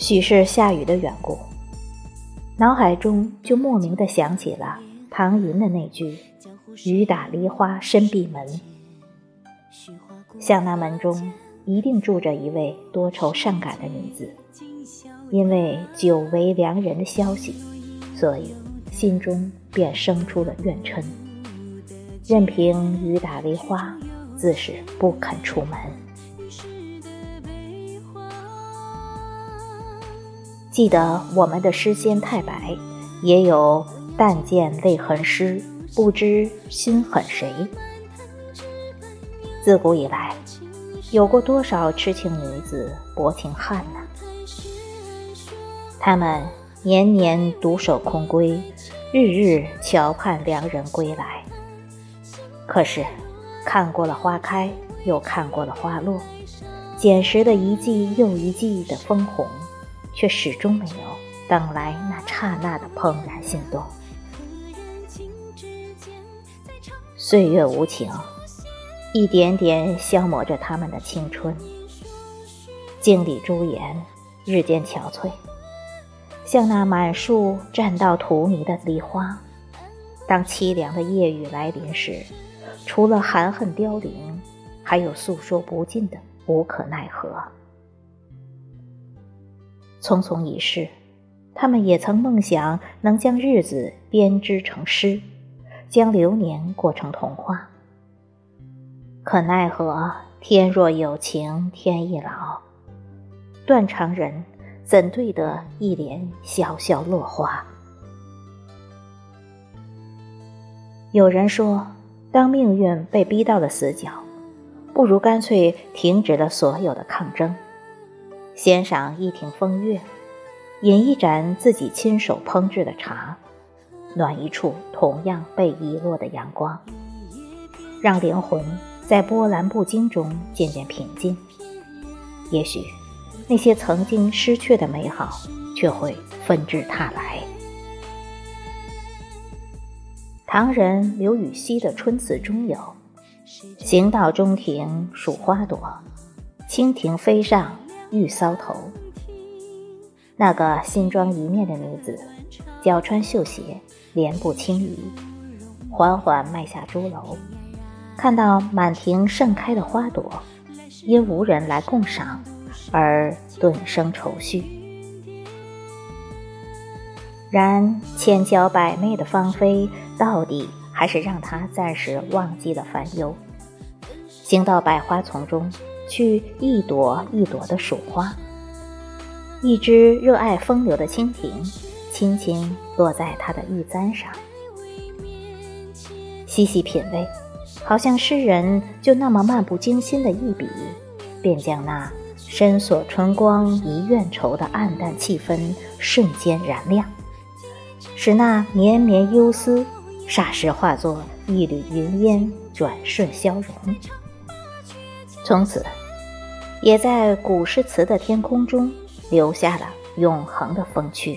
许是下雨的缘故，脑海中就莫名地想起了唐寅的那句雨打梨花深闭门，想那门中一定住着一位多愁善感的女子，因为久违良人的消息，所以心中便生出了怨嗔，任凭雨打梨花，自是不肯出门。记得我们的诗仙太白也有但见泪痕湿，不知心狠谁。自古以来，有过多少痴情女子薄情汉呢？他们年年独守空闺，日日瞧盼良人归来。可是看过了花开，又看过了花落，捡拾了一季又一季的枫红，却始终没有等来那刹那的怦然心动。岁月无情，一点点消磨着他们的青春。镜里朱颜，日渐憔悴，像那满树栈道荼蘼的梨花，当凄凉的夜雨来临时，除了含恨凋零，还有诉说不尽的无可奈何。匆匆一世，他们也曾梦想能将日子编织成诗，将流年过成童话。可奈何天若有情天亦老，断肠人怎对得一帘潇潇落花？有人说，当命运被逼到了死角，不如干脆停止了所有的抗争，欣赏一庭风月，饮一盏自己亲手烹制的茶，暖一处同样被遗落的阳光，让灵魂在波澜不惊中渐渐平静。也许那些曾经失去的美好却会纷至沓来。唐人刘禹锡的春词中有行到中庭数花朵，蜻蜓飞上玉搔头。那个新妆一面的女子，脚穿绣鞋，莲步轻移，缓缓迈下朱楼，看到满庭盛开的花朵，因无人来共赏而顿生愁绪。然千娇百媚的芳菲，到底还是让她暂时忘记了烦忧，行到百花丛中，去一朵一朵的数花。一只热爱风流的蜻蜓，轻轻落在她的玉簪上。细细品味，好像诗人就那么漫不经心的一笔，便将那深锁春光一怨愁的暗淡气氛瞬间燃亮，使那绵绵忧思霎时化作一缕云烟，转瞬消融。从此也在古诗词的天空中留下了永恒的风趣。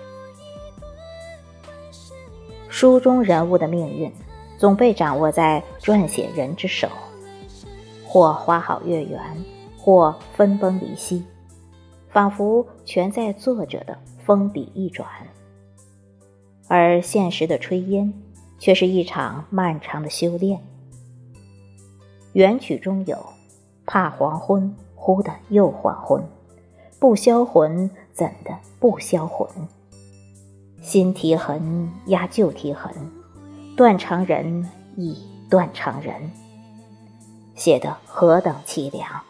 书中人物的命运总被掌握在撰写人之手，或花好月圆，或分崩离析，仿佛全在作者的锋笔一转。而现实的炊烟却是一场漫长的修炼。元曲中有怕黄昏，忽的又黄昏，不销魂，怎的不销魂？新题痕压旧题痕，断肠人亦断肠人，写得何等凄凉。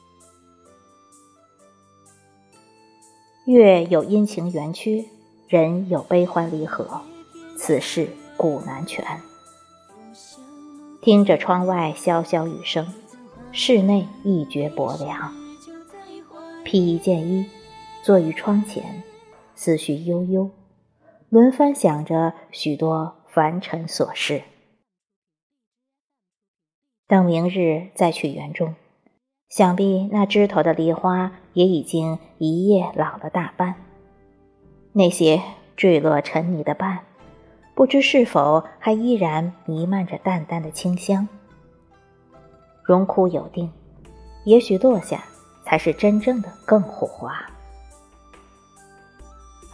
月有阴晴圆缺，人有悲欢离合，此事古难全。听着窗外潇潇雨声，室内一觉薄凉。披一件衣，坐于窗前，思绪悠悠，轮番想着许多凡尘琐事。等明日再去园中，想必那枝头的梨花也已经一夜老了大半。那些坠落沉泥的瓣，不知是否还依然弥漫着淡淡的清香。荣枯有定，也许落下才是真正的更护花。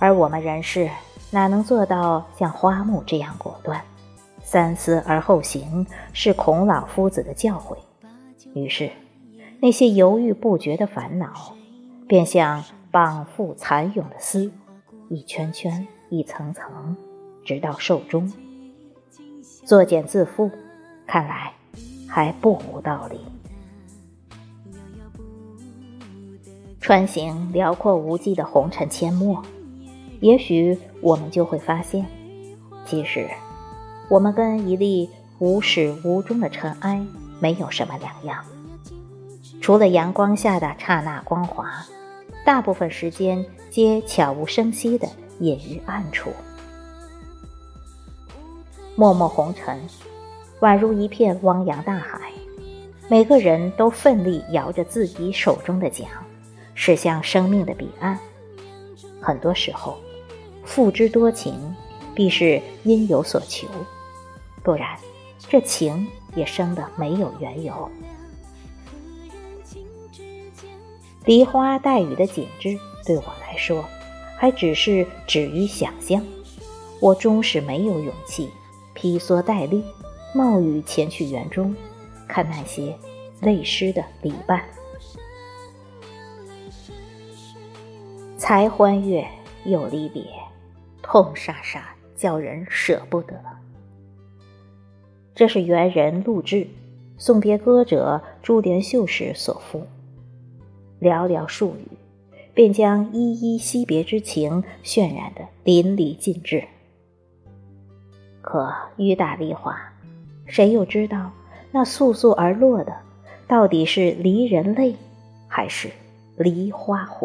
而我们人世哪能做到像花木这样果断？三思而后行是孔老夫子的教诲。于是那些犹豫不决的烦恼便像绑缚蚕蛹的丝，一圈圈一层层，直到寿终。作茧自缚，看来还不无道理。穿行辽阔无际的红尘阡陌，也许我们就会发现，其实我们跟一粒无始无终的尘埃没有什么两样。除了阳光下的刹那光华，大部分时间皆悄无声息地隐于暗处。默默红尘，宛如一片汪洋大海，每个人都奋力摇着自己手中的桨，驶向生命的彼岸。很多时候，付之多情必是因有所求，不然这情也生得没有缘由。梨花带雨的景致对我来说还只是止于想象，我终是没有勇气披蓑戴笠，冒雨前去园中看那些泪湿的篱笆。才欢悦又离别，痛煞煞叫人舍不得。这是元人陆贽送别歌者珠帘秀时所赋，寥寥数语便将依依惜别之情渲染得淋漓尽致。可雨打梨花，谁又知道那簌簌而落的到底是离人泪，还是梨花魂？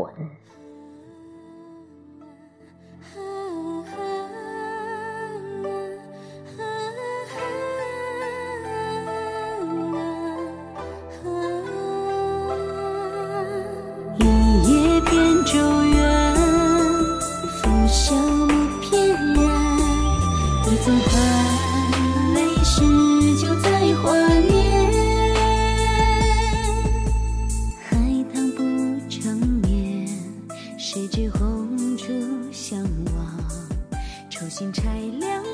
咒怨，风萧木翩然，一纵换泪湿就在华年。海棠不长眠，谁知红烛相望，愁心拆两